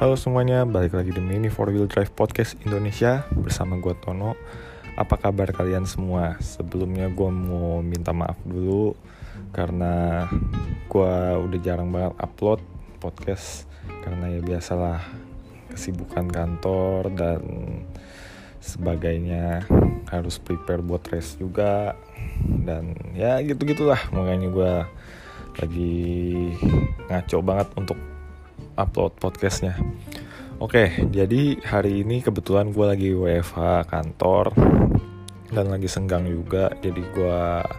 Halo semuanya, balik lagi di Mini 4Wheel Drive Podcast Indonesia bersama gue Tono. Apa kabar kalian semua? Sebelumnya gue mau minta maaf dulu karena gue udah jarang banget upload podcast karena ya biasalah kesibukan kantor dan sebagainya, harus prepare buat race juga dan ya gitu-gitulah. Makanya gue lagi ngaco banget untuk upload podcastnya. Oke, jadi hari ini kebetulan gue lagi WFH kantor dan lagi senggang juga. Jadi gue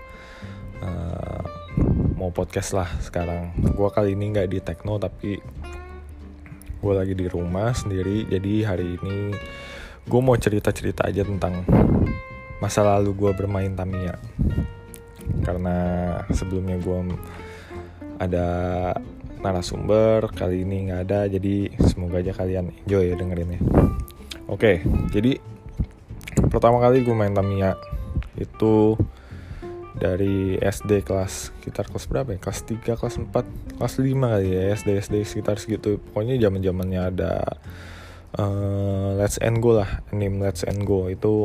mau podcast lah sekarang. Gue kali ini gak di Tekno tapi gue lagi di rumah sendiri. Jadi hari ini gue mau cerita-cerita aja tentang masa lalu gue bermain Tamiya. Karena sebelumnya gue ada narasumber, kali ini nggak ada, jadi semoga aja kalian enjoy ya dengerinnya. Oke, jadi pertama kali gue main Tamiya itu dari SD kelas sekitar kelas berapa ya? Kelas 3, kelas 4, kelas 5 kali ya, SD sekitar segitu. Pokoknya zaman-zamannya ada Let's and Go lah, anime Let's and Go itu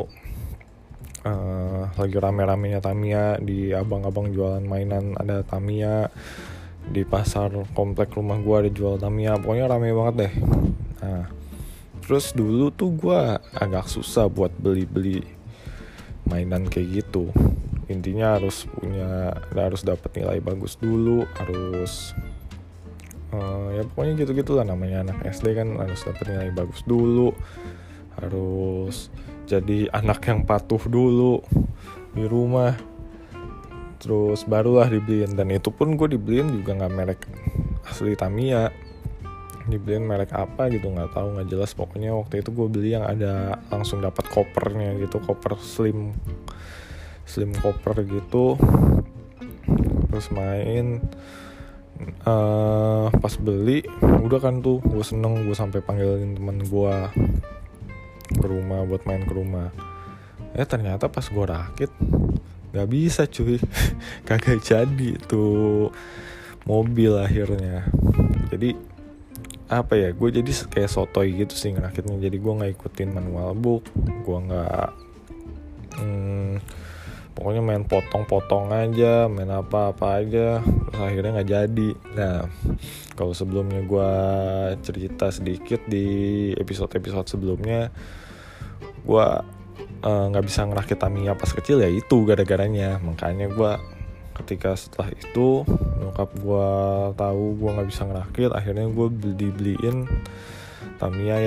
lagi rame-ramenya Tamiya, di abang-abang jualan mainan ada Tamiya. Di pasar komplek rumah gue ada jual Tamiya, pokoknya rame banget deh. Nah, terus dulu tuh gue agak susah buat beli mainan kayak gitu. Intinya harus dapat nilai bagus dulu, harus ya pokoknya gitu-gitulah, namanya anak SD kan, harus dapat nilai bagus dulu, harus jadi anak yang patuh dulu di rumah. Terus barulah dibeliin, dan itu pun gue dibeliin juga nggak merek asli Tamiya, dibeliin merek apa gitu nggak tahu, nggak jelas. Pokoknya waktu itu gue beli yang ada langsung dapat kopernya gitu, koper slim koper gitu. Terus main pas beli udah kan tuh gue seneng, gue sampai panggilin teman gue ke rumah buat main ke rumah. Ternyata pas gue rakit gak bisa cuy. Kagak jadi tuh mobil akhirnya. Jadi apa ya, gue jadi kayak sotoy gitu sih ngerakitnya. Jadi gue gak ikutin manual book, gue gak pokoknya main potong-potong aja, main apa-apa aja. Terus akhirnya gak jadi. Nah, kalau sebelumnya gue cerita sedikit di episode-episode sebelumnya, gue nggak bisa ngerakit Tamiya pas kecil, ya itu gara-garanya. Makanya gue ketika setelah itu nyokap gue tahu gue nggak bisa ngerakit, akhirnya gue dibeliin Tamiya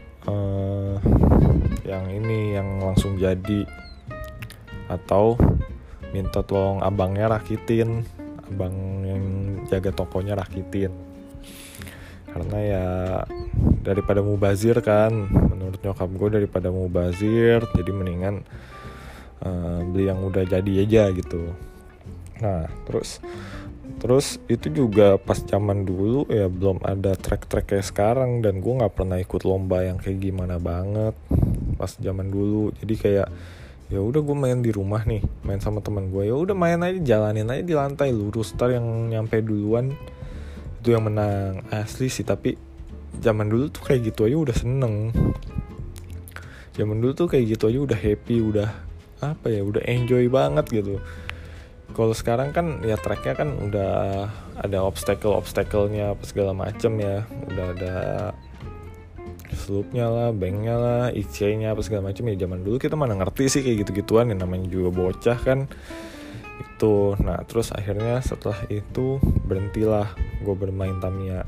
yang ini, yang langsung jadi, atau minta tolong abangnya rakitin, abang yang jaga tokonya rakitin. Karena ya daripada mubazir kan, menurut nyokap gue daripada mubazir, jadi mendingan beli yang udah jadi aja gitu. Nah terus itu juga pas zaman dulu ya belum ada track kayak sekarang, dan gue nggak pernah ikut lomba yang kayak gimana banget pas zaman dulu. Jadi kayak ya udah gue main di rumah nih, main sama teman gue, ya udah main aja, jalanin aja di lantai lurus, ntar yang nyampe duluan itu yang menang. Asli sih, tapi zaman dulu tuh kayak gitu aja udah seneng. Zaman dulu tuh kayak gitu aja udah happy, udah apa ya, udah enjoy banget gitu. Kalau sekarang kan ya tracknya kan udah ada obstacle-nya apa segala macem ya, udah ada slope-nya lah, banknya lah, IC-nya apa segala macem. Ya zaman dulu kita mana ngerti sih kayak gitu-gituan, ya namanya juga bocah kan itu. Nah terus akhirnya setelah itu berhentilah gue bermain Tamiya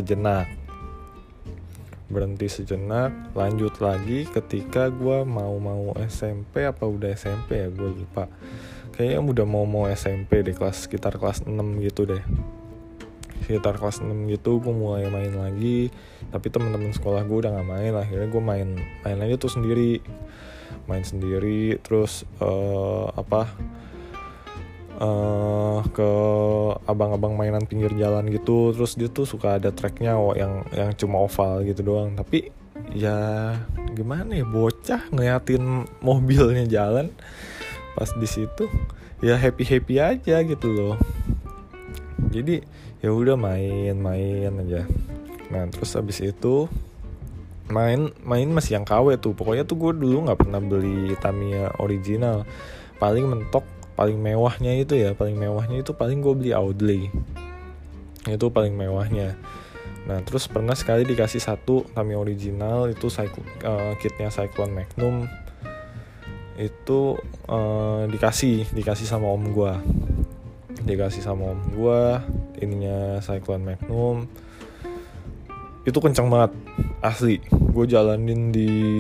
berhenti sejenak, lanjut lagi ketika gue mau SMP apa udah SMP ya, gue lupa. Kayaknya udah mau SMP deh, sekitar kelas 6 gitu deh. Sekitar kelas 6 gitu gue mulai main lagi, tapi teman-teman sekolah gue udah gak main. Akhirnya gue main aja tuh sendiri, terus ke abang-abang mainan pinggir jalan gitu. Terus dia tuh suka ada tracknya yang cuma oval gitu doang, tapi ya gimana ya, bocah ngeliatin mobilnya jalan pas di situ ya happy aja gitu loh. Jadi ya udah main aja. Nah terus habis itu main masih yang KW tuh. Pokoknya tuh gue dulu nggak pernah beli Tamiya original. Paling mentok, paling mewahnya itu paling gue beli Audley. Itu paling mewahnya. Nah terus pernah sekali dikasih satu Tamiya original, itu kitnya Cyclone Magnum. Itu dikasih sama om gue. Ininya Cyclone Magnum. Itu kencang banget, asli. Gue jalanin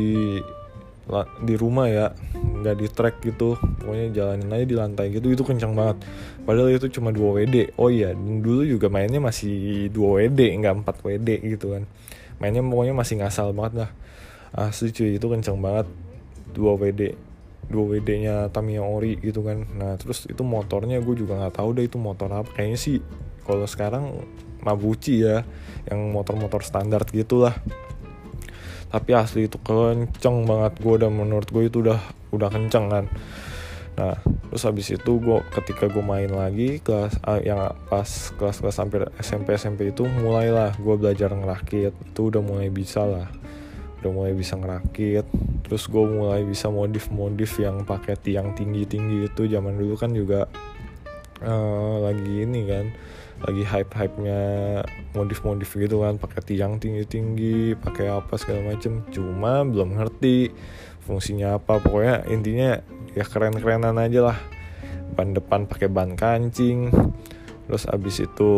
di rumah ya, nggak di track gitu. Pokoknya jalanin aja di lantai gitu, itu kencang banget. Padahal itu cuma 2 WD. Oh iya, dulu juga mainnya masih 2 WD, nggak 4 WD gitu kan. Mainnya pokoknya masih ngasal banget lah. Asli cuy, itu kencang banget. 2 WD-nya Tamiya Ori gitu kan. Nah terus itu motornya gue juga nggak tahu deh itu motor apa. Kayaknya sih kalau sekarang Mabuchi ya, yang motor-motor standar gitulah. Tapi asli itu kenceng banget. Menurut gue itu udah kenceng kan. Nah terus habis itu ketika gue main lagi yang pas kelas sampai SMP itu mulailah gue belajar ngerakit. Itu udah mulai bisa ngerakit. Terus gue mulai bisa modif yang pakai tiang tinggi itu. Zaman dulu kan juga lagi ini kan, lagi hype-nya modif gitu kan, pakai tiang tinggi, pakai apa segala macem. Cuma belum ngerti fungsinya apa. Pokoknya intinya ya keren-kerenan aja lah. Ban depan pakai ban kancing, terus abis itu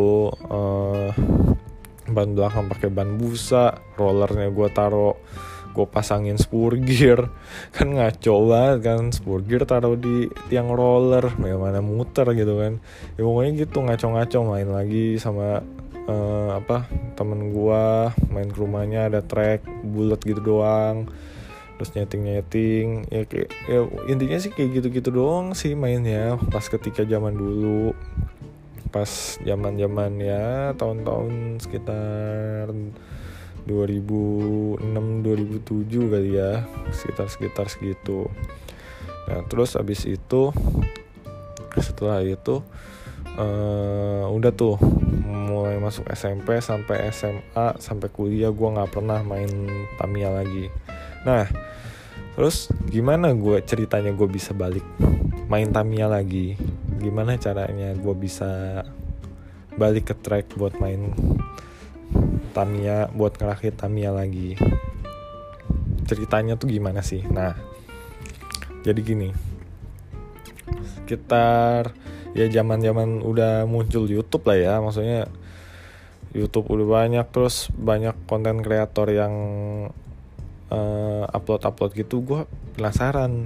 ban belakang pakai ban busa, rollernya gue pasangin spur gear. Kan ngaco banget kan, spur gear taruh di tiang roller, bagaimana muter gitu kan. Ya pokoknya gitu, ngaco-ngaco. Main lagi sama temen gue, main ke rumahnya, ada track bulat gitu doang. Terus nyeting ya intinya sih kayak gitu-gitu doang sih mainnya pas ketika zaman dulu. Pas zaman ya tahun-tahun sekitar 2006-2007 kali ya, sekitar segitu. Nah terus abis itu, setelah itu udah tuh mulai masuk SMP sampai SMA sampai kuliah gue nggak pernah main Tamiya lagi. Nah terus gimana ceritanya gue bisa balik main Tamiya lagi? Gimana caranya gue bisa balik ke track buat main Tamiya, buat ngerakit Tamiya lagi? Ceritanya tuh gimana sih? Nah jadi gini, sekitar ya zaman udah muncul YouTube lah ya, maksudnya YouTube udah banyak, terus banyak konten kreator yang upload gitu. Gue penasaran,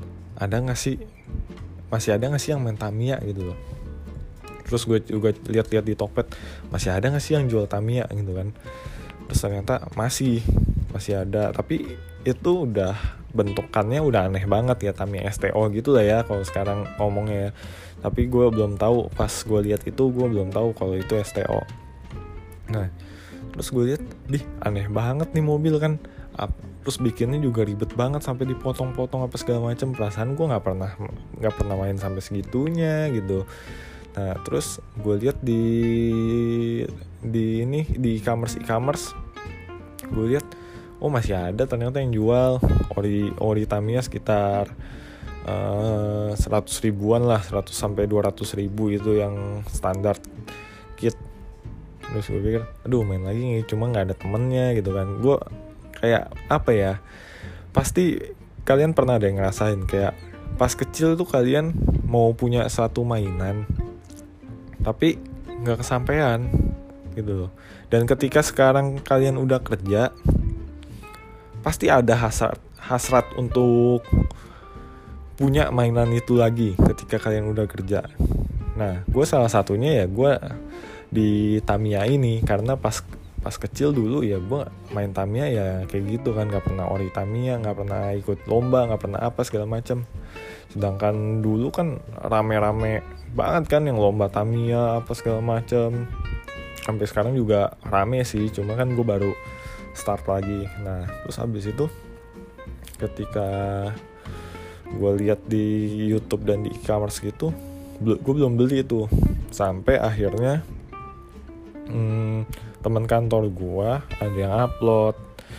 masih ada nggak sih yang main Tamiya gitu loh. Terus gue juga lihat-lihat di Tokped, masih ada nggak sih yang jual Tamiya gitu kan. Terus ternyata masih ada, tapi itu udah bentukannya udah aneh banget ya, Tamiya STO gitu lah ya kalau sekarang ngomongnya ya. Tapi gue belum tahu, pas gue lihat itu gue belum tahu kalau itu STO. Nah terus gue lihat, aneh banget nih mobil kan. Terus bikinnya juga ribet banget, sampai dipotong-potong apa segala macam. Perasaan gue nggak pernah main sampai segitunya gitu. Nah terus gue lihat di e-commerce, gue lihat oh masih ada ternyata yang jual ori Tamiya sekitar 100 ribuan lah, 100 sampai 200 ribu itu yang standar kit. Terus gue pikir, aduh main lagi nih, cuma nggak ada temennya gitu kan. Gue kayak apa ya, pasti kalian pernah ada yang ngerasain kayak pas kecil tuh kalian mau punya satu mainan tapi nggak kesampean gitu loh. Dan ketika sekarang kalian udah kerja, pasti ada hasrat untuk punya mainan itu lagi ketika kalian udah kerja. Nah gue salah satunya ya gue di Tamiya ini, karena pas kecil dulu ya gue main Tamiya ya kayak gitu kan, nggak pernah ori Tamiya, nggak pernah ikut lomba, nggak pernah apa segala macam. Sedangkan dulu kan rame-rame banget kan yang lomba Tamiya apa segala macam. Sampai sekarang juga rame sih, cuma kan gue baru start lagi. Nah terus habis itu ketika gue lihat di YouTube dan di e-commerce gitu, gue belum beli itu. Sampai akhirnya teman kantor gue ada yang upload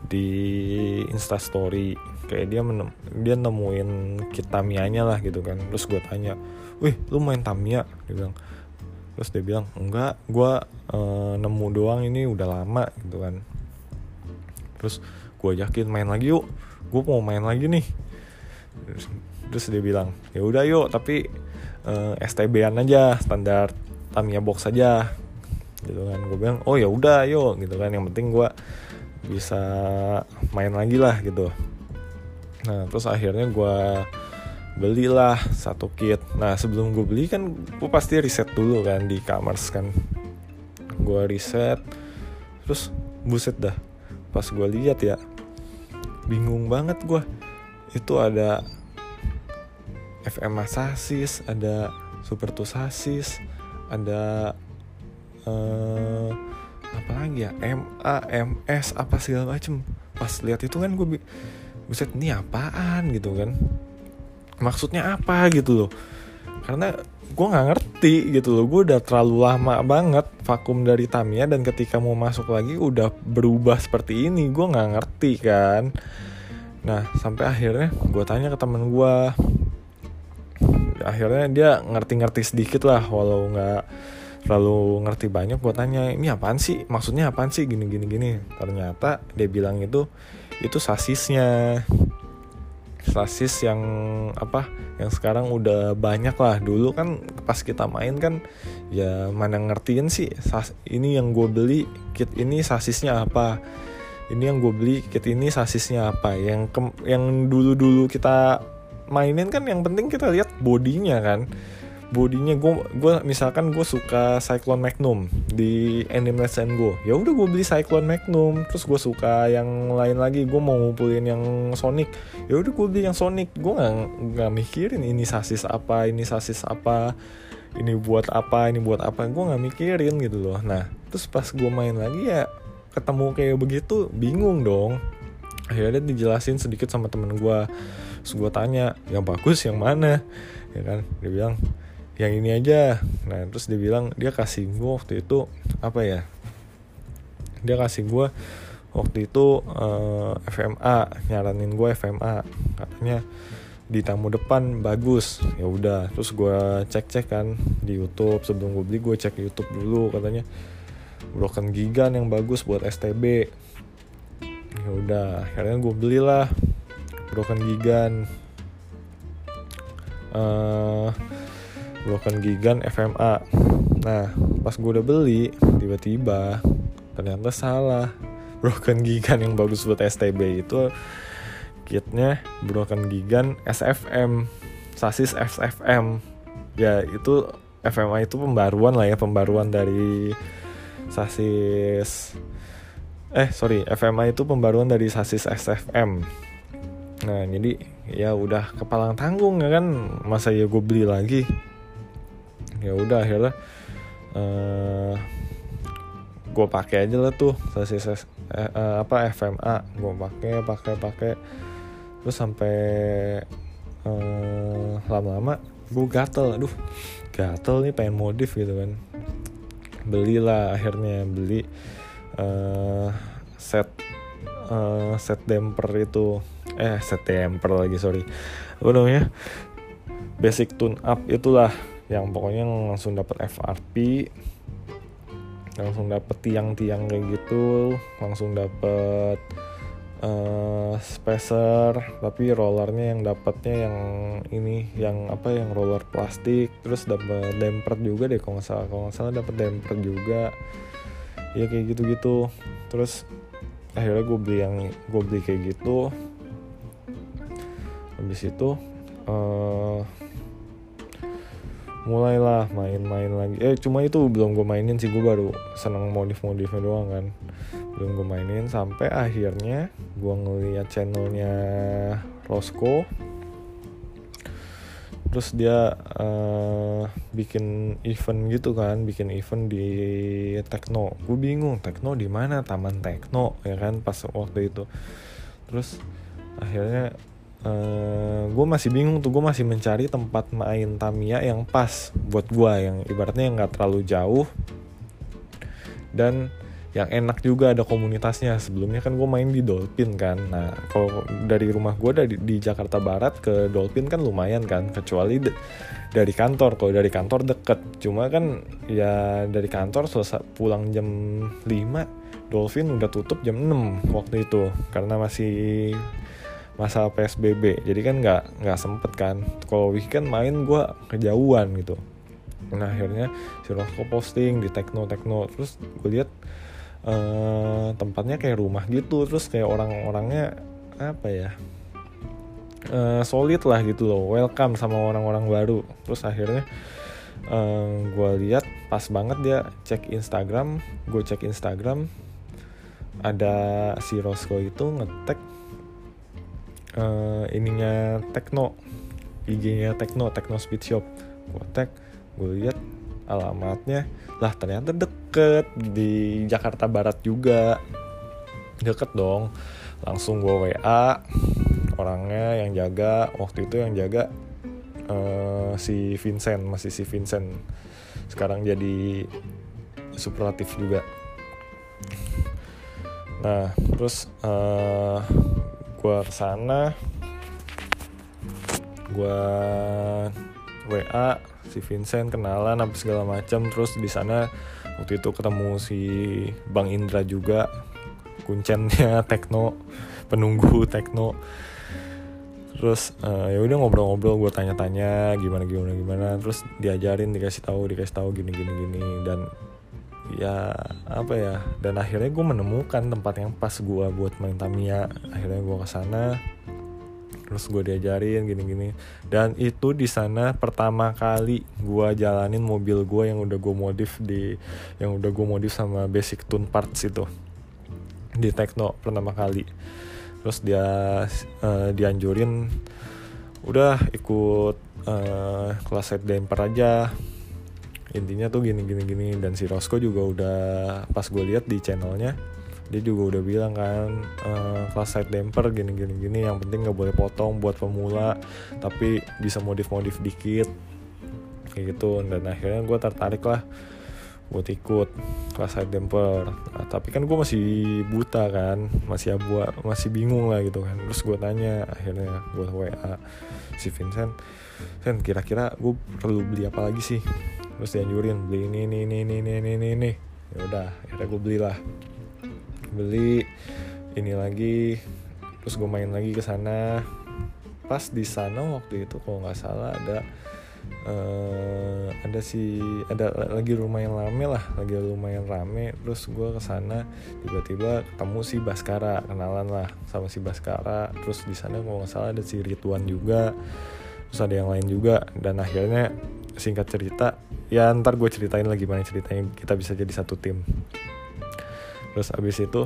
di Instastory, kayak dia nemuin kit Tamiya-nya lah gitu kan. Terus gue tanya, wih lu main Tamiya? Terus dia bilang enggak, gue nemu doang, ini udah lama gitu kan. Terus gue ajakin main lagi yuk, gue mau main lagi nih. Terus dia bilang ya udah yuk, tapi STB-an aja, standar Tamiya box aja gitu kan. Gue bilang oh ya udah yuk gitu kan, yang penting gue bisa main lagi lah gitu. Nah terus akhirnya gue belilah satu kit. Nah sebelum gue beli kan gue pasti riset dulu kan di e-commerce kan. Gue riset, terus buset dah, pas gue lihat ya bingung banget gue. Itu ada FMA sasis, ada Super 2 sasis, ada apa lagi ya, MA, MS, apa segala macem. Pas lihat itu kan gue buset, ini apaan gitu kan, maksudnya apa gitu loh. Karena gue nggak ngerti gitu loh, gue udah terlalu lama banget vakum dari Tamiya, dan ketika mau masuk lagi udah berubah seperti ini, gue nggak ngerti kan. Nah sampai akhirnya gue tanya ke temen gue, akhirnya dia ngerti-ngerti sedikit lah, walau nggak terlalu ngerti banyak. Gue tanya, ini apaan sih, maksudnya apaan sih, gini. Ternyata dia bilang itu sasisnya, sasis yang apa, yang sekarang udah banyak lah. Dulu kan pas kita main kan ya mana ngertiin sih, ini yang gue beli kit ini sasisnya apa, ini yang gue beli kit ini sasisnya apa. Yang dulu kita mainin kan yang penting kita lihat bodinya kan. Bodinya gue misalkan gue suka Cyclone Magnum di Anime Let's Go, ya udah gue beli Cyclone Magnum. Terus gue suka yang lain lagi, gue mau ngumpulin yang Sonic, ya udah gue beli yang Sonic. Gue nggak mikirin ini sasis apa, ini buat apa, gue nggak mikirin gitu loh. Nah terus pas gue main lagi ya ketemu kayak begitu, bingung dong. Akhirnya dijelasin sedikit sama temen gue. Terus gue tanya, yang bagus yang mana ya kan. Dia bilang yang ini aja. Nah terus dia bilang, dia kasih gue waktu itu apa ya, dia kasih gue waktu itu FMA, nyaranin gue FMA, katanya di tamu depan bagus. Ya udah, terus gue cek kan di YouTube. Sebelum gue beli gue cek YouTube dulu, katanya Broken Gigan yang bagus buat STB. Ya udah, akhirnya gue belilah Broken Gigan, Broken Gigan FMA. Nah pas gue udah beli, tiba-tiba ternyata salah. Broken Gigan yang bagus buat STB itu kitnya Broken Gigan SFM, sasis SFM. Ya itu FMA itu pembaruan lah ya, pembaruan dari sasis FMA itu pembaruan dari sasis SFM. Nah jadi ya udah kepalang tanggung ya kan, masa ya gue beli lagi. Ya udah akhirnya gue pakai aja lah tuh sasis FMA. Gue pakai terus sampai lama-lama gue gatel nih, pengen modif gitu kan. Belilah akhirnya, beli set damper itu, set damper lagi, sorry, apa namanya, basic tune up itulah, yang pokoknya langsung dapat FRP, langsung dapat tiang-tiang kayak gitu, langsung dapat spacer, tapi rollernya yang dapatnya yang ini, yang apa, yang roller plastik. Terus dapat damper juga deh kalau nggak salah dapat damper juga ya, kayak gitu. Terus akhirnya gue beli kayak gitu. Habis itu mulailah main lagi. Cuma itu belum gue mainin sih, gue baru seneng modifnya doang kan, belum gue mainin. Sampai akhirnya gue ngeliat channelnya Roscoe, terus dia bikin event gitu kan, bikin event di Tekno. Gue bingung Tekno di mana, Taman Tekno ya kan pas waktu itu. Terus akhirnya gue masih bingung tuh, gue masih mencari tempat main Tamiya yang pas buat gue, yang ibaratnya yang nggak terlalu jauh dan yang enak juga, ada komunitasnya. Sebelumnya kan gue main di Dolphin kan. Nah kalau dari rumah gue di Jakarta Barat ke Dolphin kan lumayan kan, kecuali dari kantor. Kalau dari kantor deket, cuma kan ya dari kantor selesai pulang jam 5, Dolphin udah tutup jam 6 waktu itu karena masih masa PSBB, jadi kan nggak sempet kan. Kalau weekend main gue kejauhan gitu. Nah akhirnya si Roscoe posting di Tekno, terus gue lihat tempatnya kayak rumah gitu, terus kayak orang-orangnya apa ya, solid lah gitu loh, welcome sama orang-orang baru. Terus akhirnya gue lihat pas banget dia cek Instagram, gue cek Instagram, ada si Roscoe itu nge-tag ininya Tekno, IG-nya Tekno Speed Shop. Gue tag, gue lihat alamatnya, lah ternyata deket di Jakarta Barat juga, deket dong. Langsung gue WA orangnya yang jaga waktu itu, yang jaga si Vincent, masih si Vincent, sekarang jadi superlatif juga. Nah terus gue kesana, gue WA si Vincent, kenalan apa segala macam. Terus di sana waktu itu ketemu si Bang Indra juga, kuncennya Tekno, penunggu Tekno. Terus ya udah ngobrol-ngobrol, gue tanya-tanya gimana. Terus diajarin, dikasih tahu gini. Dan ya apa ya, dan akhirnya gue menemukan tempat yang pas gue buat main Tamiya. Akhirnya gue kesana, terus gue diajarin gini. Dan itu di sana pertama kali gue jalanin mobil gue yang udah gue modif sama Basic Tune Parts itu di Tekno pertama kali. Terus dia dianjurin udah ikut kelas side damper aja, intinya tuh gini. Dan si Roscoe juga udah, pas gue lihat di channelnya, dia juga udah bilang kan, kelas side damper gini, yang penting nggak boleh potong buat pemula, tapi bisa modif dikit kayak gitu. Dan akhirnya gue tertarik lah buat ikut kelas side damper. Nah, tapi kan gue masih buta kan, masih bingung lah gitu kan. Terus gue tanya, akhirnya gue WA si Vincent, kira-kira gue perlu beli apa lagi sih? Terus dianjurin beli ini. Ya udah, akhirnya gue beli ini lagi. Terus gue main lagi ke sana. Pas di sana waktu itu kalau nggak salah ada lagi lumayan rame. Terus gue kesana, tiba-tiba ketemu si Baskara, kenalan lah sama si Baskara. Terus di sana kalau nggak salah ada si Ridwan juga, terus ada yang lain juga. Dan akhirnya singkat cerita, ya ntar gue ceritain lagi gimana ceritanya kita bisa jadi satu tim. Terus abis itu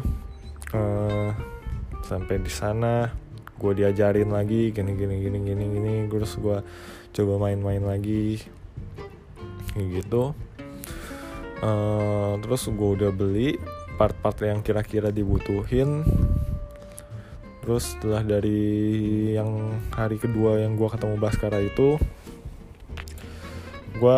sampai di sana gue diajarin lagi gini. Terus gue coba main lagi kayak gitu. Terus gue udah beli part-part yang kira-kira dibutuhin. Terus setelah dari yang hari kedua yang gue ketemu Baskara itu, gue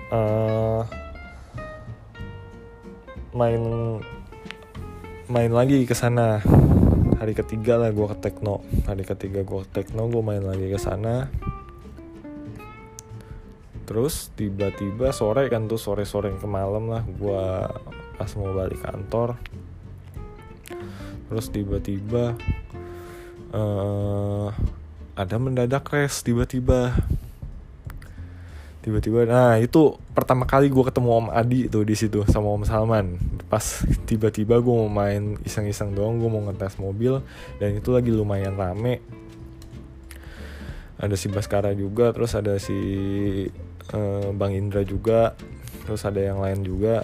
main lagi ke sana. Hari ketiga lah gue ke Tekno. Gue main lagi ke sana. Terus tiba-tiba sore ke malam lah, gue pas mau balik kantor. Terus tiba-tiba ada mendadak race tiba-tiba. Nah itu pertama kali gue ketemu Om Adi tuh di situ sama Om Salman. Pas tiba-tiba gue mau main iseng-iseng doang, gue mau ngetes mobil, dan itu lagi lumayan rame. Ada si Baskara juga, terus ada si Bang Indra juga, terus ada yang lain juga.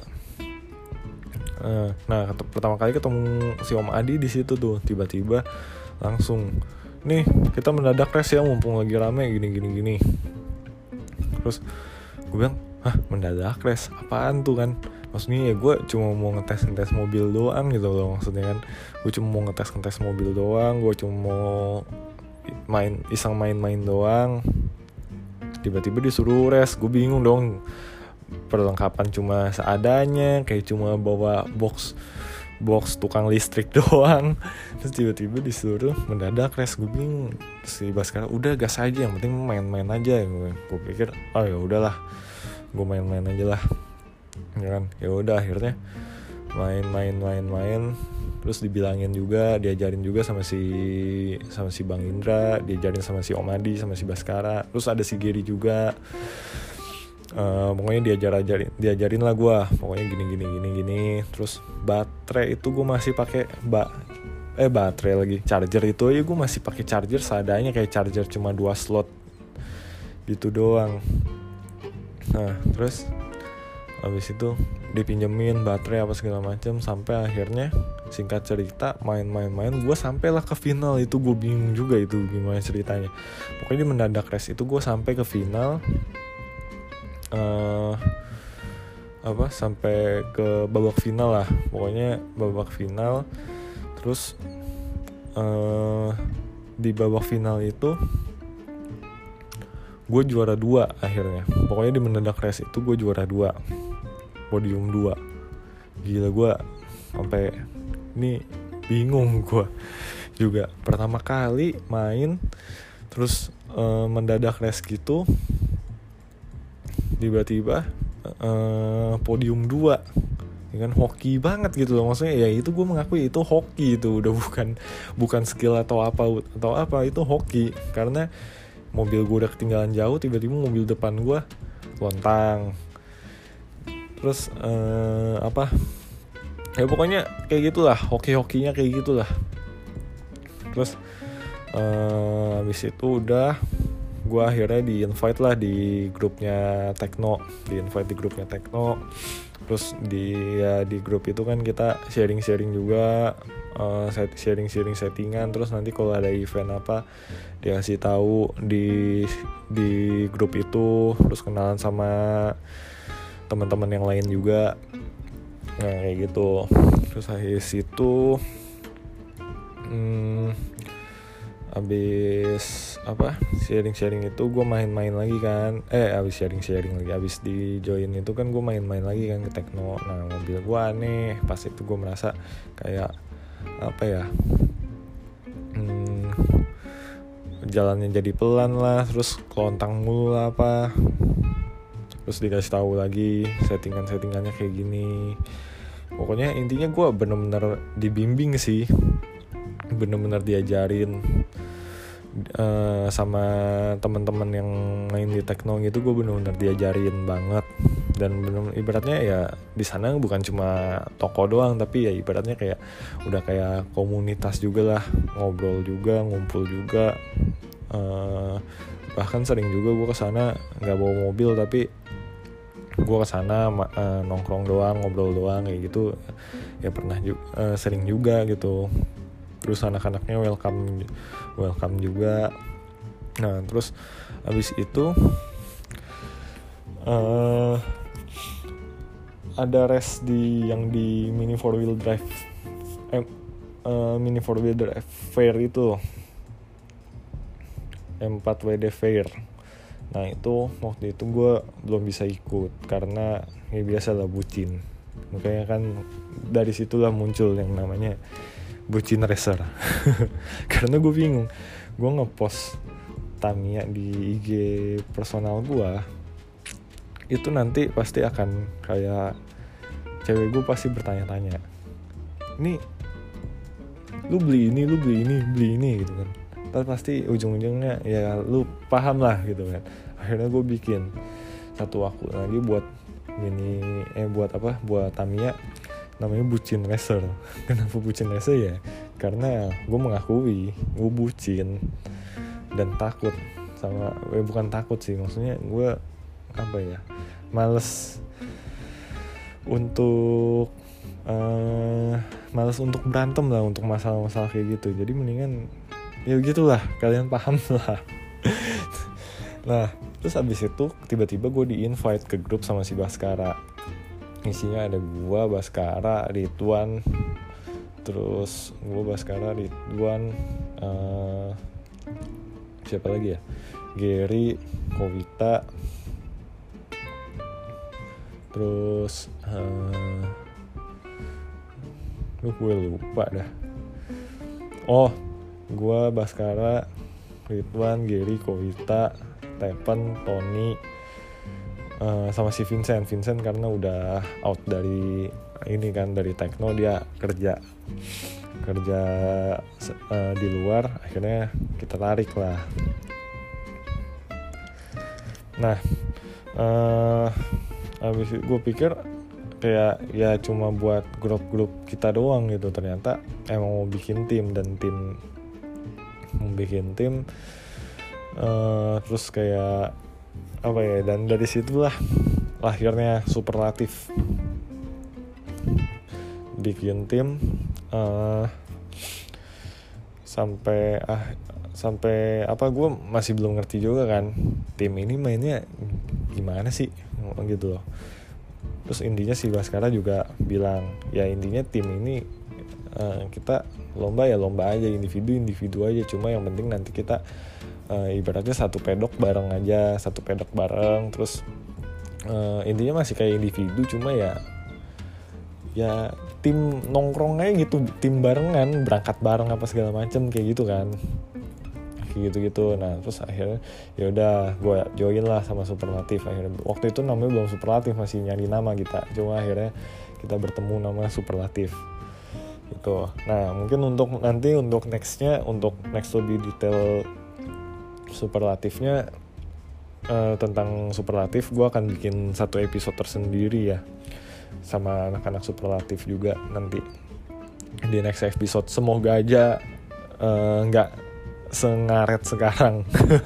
Nah pertama kali ketemu si Om Adi di situ tuh, tiba-tiba langsung, nih kita mendadak race ya mumpung lagi rame gini. Terus gue bilang, mendadak race apaan tuh kan? Maksudnya ya gue cuma mau ngetes mobil doang gitu loh, maksudnya kan gue cuma mau ngetes mobil doang, gue cuma mau main doang. Tiba-tiba disuruh race, gue bingung dong. Perlengkapan cuma seadanya, kayak cuma bawa box box tukang listrik doang. Terus tiba-tiba disuruh mendadak res. Gue bingung. Si Baskara udah gas aja, yang penting main-main aja. Gue pikir oh ya udahlah, gue main-main aja lah, ya kan. Ya udah akhirnya main. Terus dibilangin juga, diajarin juga sama si Bang Indra, diajarin sama si Om Adi, sama si Baskara. Terus ada si Geri juga. Pokoknya diajarin lah gue. Pokoknya gini. Terus baterai itu gue masih pakai baterai lagi. Charger itu ya gue masih pakai charger seadanya, kayak charger cuma 2 slot gitu doang. Nah terus habis itu dipinjemin baterai apa segala macam, sampai akhirnya singkat cerita main gue sampailah ke final. Itu gue bingung juga itu gimana ceritanya. Pokoknya di mendadak race itu gue sampai ke final, sampai ke babak final lah. Pokoknya babak final. Terus di babak final itu gue juara 2 akhirnya. Pokoknya di mendadak race itu gue juara 2, podium 2. Gila, gue sampai ini bingung gue juga. Pertama kali main terus mendadak race gitu, tiba-tiba podium 2. Ya kan, hoki banget gitu loh. Maksudnya ya itu gue mengakui itu hoki, itu udah bukan skill atau apa, itu hoki. Karena mobil gue udah ketinggalan jauh, tiba-tiba mobil depan gue lontang. Terus ya pokoknya kayak gitulah, hoki-hokinya kayak gitulah. Terus habis itu udah gue akhirnya di-invite lah di grupnya Tekno. Terus di grup itu kan kita sharing juga, sharing settingan. Terus nanti kalau ada event apa dikasih tahu di grup itu. Terus kenalan sama teman-teman yang lain juga. Nah kayak gitu. Terus habis itu abis sharing itu gue main-main lagi kan. Abis sharing lagi, abis di join itu kan gue main-main lagi kan ke Tekno. Nah mobil gue aneh, pas itu gue merasa kayak jalannya jadi pelan lah, terus kelontang mulu lah apa. Terus dikasih tahu lagi settingannya kayak gini. Pokoknya intinya gue bener-bener dibimbing sih, bener-bener diajarin sama teman-teman yang main di Tekno gitu. Gue bener-bener diajarin banget. Dan bener ibaratnya ya di sana bukan cuma toko doang, tapi ya ibaratnya kayak udah kayak komunitas juga lah, ngobrol juga, ngumpul juga. Bahkan sering juga gue kesana nggak bawa mobil, tapi gue kesana nongkrong doang, ngobrol doang kayak gitu. Ya pernah sering juga gitu. Terus anak-anaknya welcome juga. Nah terus abis itu ada race yang di mini 4-wheel drive fair itu, M4WD fair. Nah itu waktu itu gue belum bisa ikut karena ya biasa lah, bucin. Makanya kan dari situlah muncul yang namanya bucin racer. Karena gue bingung, gue ngepost Tamiya di IG personal gue, itu nanti pasti akan kayak cewek gue pasti bertanya-tanya, ini lu beli ini gitu kan. Tapi pasti ujung-ujungnya ya lu paham lah gitu kan. Akhirnya gue bikin satu akun lagi buat buat Tamiya, namanya bucin racer. Kenapa bucin racer ya? Karena gue mengakui gue bucin dan takut sama, bukan takut sih, maksudnya gue males untuk berantem lah untuk masalah-masalah kayak gitu. Jadi mendingan ya gitulah, kalian paham lah. Nah terus abis itu tiba-tiba gue di-invite ke grup sama si Baskara. Isinya ada gue, Baskara, Ridwan, terus gue, Baskara, Ridwan, siapa lagi ya, Geri, Kowita, terus Gue lupa dah. Oh, gue Baskara, Ridwan, Gary, Kowita, Tepen, Tony, sama si Vincent karena udah out dari ini kan, dari Tekno, dia kerja di luar, akhirnya kita tarik lah. Nah, abis itu gue pikir kayak ya cuma buat grup kita doang gitu, ternyata emang mau bikin tim, terus kayak apa ya, dan dari situlah lahirnya Superlatif. Bikin tim sampai apa, gue masih belum ngerti juga kan tim ini mainnya gimana sih gitu loh. Terus intinya si Baskara juga bilang ya intinya tim ini kita lomba aja, individu aja, cuma yang penting nanti kita ibaratnya satu pedok bareng, terus intinya masih kayak individu, cuma ya tim nongkrong aja gitu, tim barengan, berangkat bareng apa segala macem kayak gitu kan, kayak gitu. Nah terus akhirnya ya udah gue join lah sama Superlatif. Akhirnya waktu itu namanya belum Superlatif, masih nyari nama kita, cuma akhirnya kita bertemu nama Superlatif gitu. Nah mungkin untuk next lebih detail Superlatifnya, tentang Superlatif gue akan bikin satu episode tersendiri ya, sama anak-anak Superlatif juga nanti di next episode. Semoga aja nggak sengaret sekarang.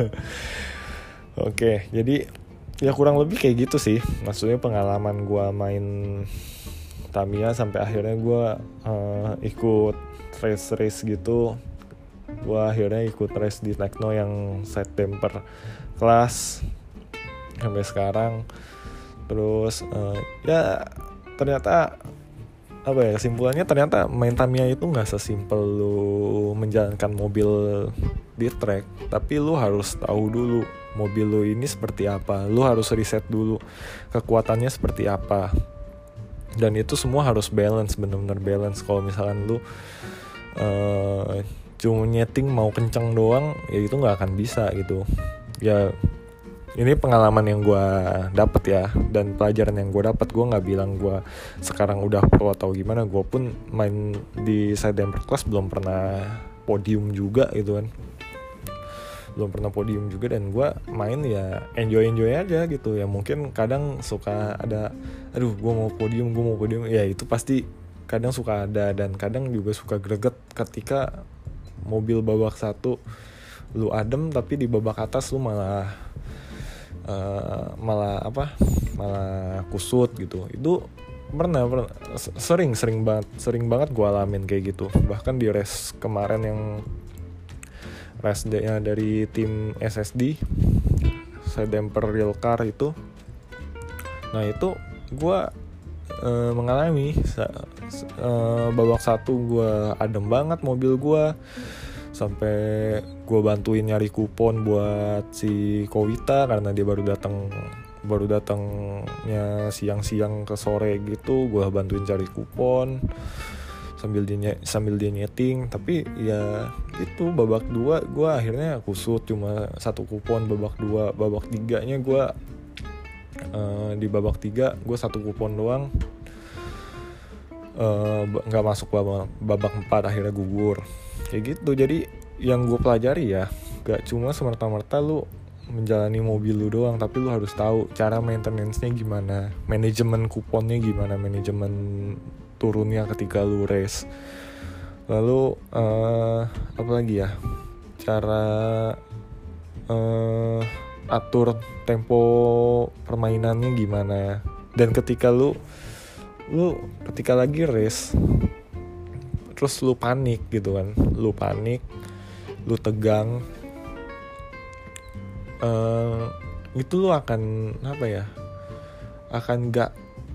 Oke, jadi ya kurang lebih kayak gitu sih, maksudnya pengalaman gue main Tamiya sampai akhirnya gue ikut race gitu. Gue akhirnya ikut race di Tekno yang side damper kelas sampai sekarang. Terus ya ternyata apa ya, kesimpulannya ternyata main Tamiya itu nggak sesimpel lu menjalankan mobil di track, tapi lu harus tahu dulu mobil lu ini seperti apa, lu harus riset dulu kekuatannya seperti apa, dan itu semua harus balance, benar-benar balance. Kalau misalkan lu cuma nyeting mau kenceng doang, ya itu nggak akan bisa gitu ya. Ini pengalaman yang gue dapet ya, dan pelajaran yang gue dapet. Gue nggak bilang gue sekarang udah pro atau gimana. Gue pun main di side damper class belum pernah podium juga gitu kan, dan gue main ya enjoy aja gitu ya. Mungkin kadang suka ada, aduh gue mau podium ya, itu pasti kadang suka ada, dan kadang juga suka greget ketika mobil babak satu lu adem, tapi di babak atas lu malah kusut gitu. Itu pernah sering banget gue alamin kayak gitu. Bahkan di race kemarin yang race dari tim SSD side damper real car itu, nah itu gue mengalami babak satu gue adem banget mobil gue, sampai gue bantuin nyari kupon buat si Kowita karena dia baru datangnya siang ke sore gitu. Gue bantuin cari kupon sambil dia nyeting. Tapi ya itu babak 2 gue akhirnya kusut, cuma satu kupon babak 2. Babak 3-nya gue di babak 3 gue satu kupon doang, nggak masuk babak 4, akhirnya gugur kayak gitu. Jadi yang gue pelajari ya, gak cuma semerta-merta lu menjalani mobil lu doang, tapi lu harus tahu cara maintenance-nya gimana, manajemen kuponnya gimana, manajemen turunnya ketika lu race. Lalu apa lagi ya, cara atur tempo permainannya gimana. Dan ketika lu ketika lagi race terus lu panik gitu kan, lu tegang, itu lu akan apa ya, akan nggak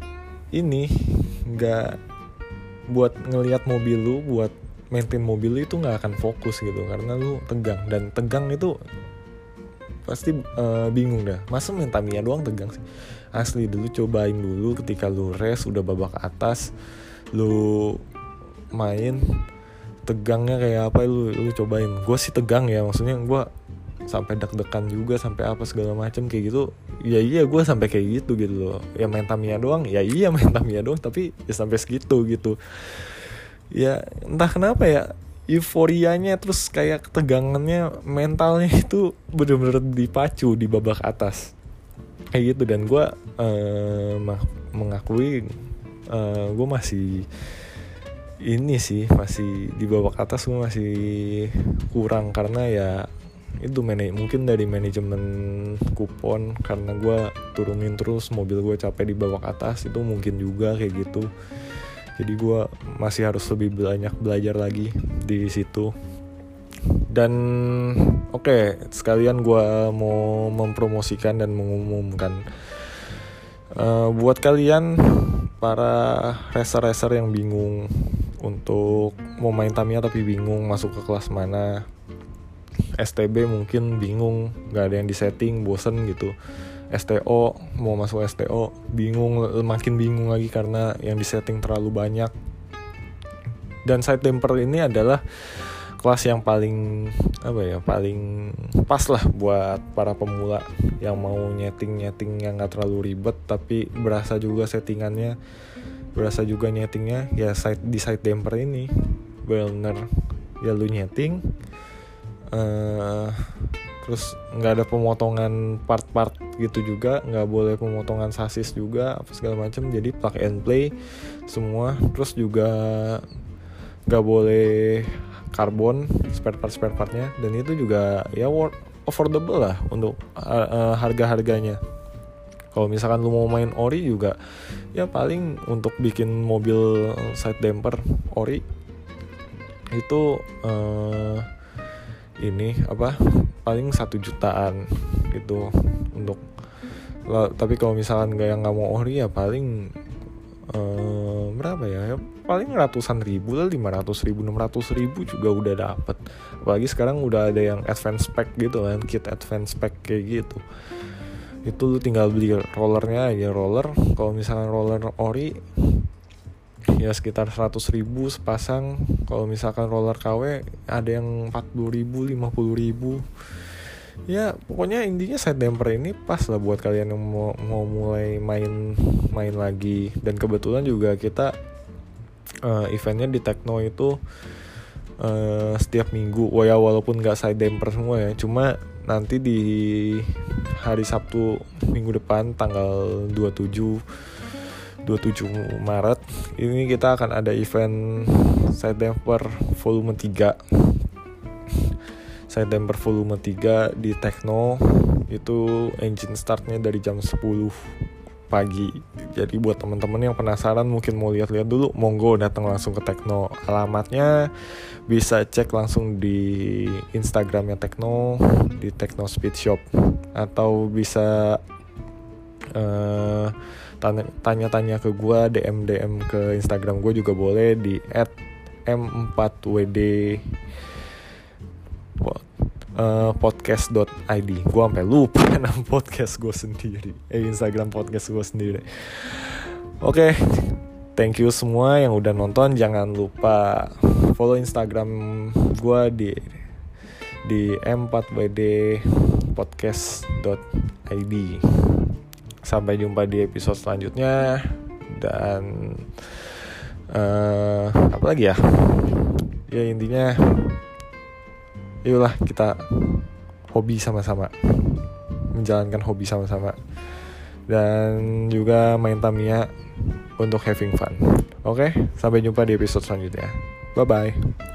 buat ngelihat mobil lu, buat maintain mobil lu itu nggak akan fokus gitu, karena lu tegang. Dan tegang itu pasti bingung dah, masa main Tamiya doang tegang sih. Asli, dulu cobain dulu ketika lu race udah babak atas, lu main tegangnya kayak apa, lu cobain. Gue sih tegang ya, maksudnya gue sampai deg-degan juga, sampai apa segala macam kayak gitu. Ya iya gue sampai kayak gitu loh. Ya main Tamiya doang, ya iya main Tamiya doang, tapi ya sampai segitu gitu. Ya entah kenapa ya, euforianya terus kayak ketegangannya, mentalnya itu bener-bener dipacu di babak atas kayak gitu. Dan gue mengakui gue masih ini sih, masih di babak atas gue masih kurang, karena ya itu mungkin dari manajemen kupon, karena gue turunin terus mobil gue capek di babak atas, itu mungkin juga kayak gitu. Jadi gue masih harus lebih banyak belajar lagi di situ. Dan oke, sekalian gue mau mempromosikan dan mengumumkan buat kalian para racer yang bingung untuk mau main Tamiya tapi bingung masuk ke kelas mana, STB mungkin bingung, gak ada yang disetting, bosen gitu. STO, mau masuk STO bingung, makin bingung lagi karena yang disetting terlalu banyak. Dan side damper ini adalah kelas yang paling paling pas lah buat para pemula yang mau nyeting yang gak terlalu ribet tapi berasa juga settingannya, berasa juga nyetingnya ya di side damper ini. Bener ya, lu nyeting terus nggak ada pemotongan part-part gitu juga, nggak boleh pemotongan sasis juga apa segala macam, jadi plug and play semua. Terus juga nggak boleh karbon spare partnya, dan itu juga ya affordable lah untuk harga-harganya. Kalau misalkan lu mau main ori juga, ya paling untuk bikin mobil side damper ori itu paling 1 jutaan gitu untuk. Tapi kalau misalkan nggak mau ori ya paling berapa ya, paling ratusan ribu lah, 500 ribu 600 ribu juga udah dapet. Apalagi sekarang udah ada yang advance pack gitu kan, kit advance pack kayak gitu. Itu lu tinggal beli rollernya aja. Roller kalau misalkan roller ori ya sekitar 100 ribu sepasang. Kalau misalkan roller KW ada yang 40 ribu 50 ribu. Ya pokoknya intinya side damper ini pas lah buat kalian yang mau mulai main lagi. Dan kebetulan juga kita eventnya di Tekno itu setiap minggu. Walaupun gak side damper semua ya, cuma nanti di hari Sabtu minggu depan tanggal 27 Maret ini kita akan ada event side damper volume 3. Side damper volume 3 di Tekno. Itu engine startnya dari jam 10 pagi. Jadi buat teman-teman yang penasaran mungkin mau lihat-lihat dulu, monggo datang langsung ke Tekno. Alamatnya bisa cek langsung di Instagramnya Tekno, di Tekno Speed Shop, atau bisa tanya-tanya ke gue, DM ke Instagram gue juga boleh di @m4wd podcast.id. Gue sampai lupa nama podcast gue sendiri, Instagram podcast gue sendiri. Oke, thank you semua yang udah nonton. Jangan lupa follow Instagram gue di m4wd podcast.id. Sampai jumpa di episode selanjutnya. Dan apa lagi ya? Ya intinya, ayolah kita hobi sama-sama, menjalankan hobi sama-sama, dan juga main Tamiya untuk having fun. Oke, sampai jumpa di episode selanjutnya. Bye bye.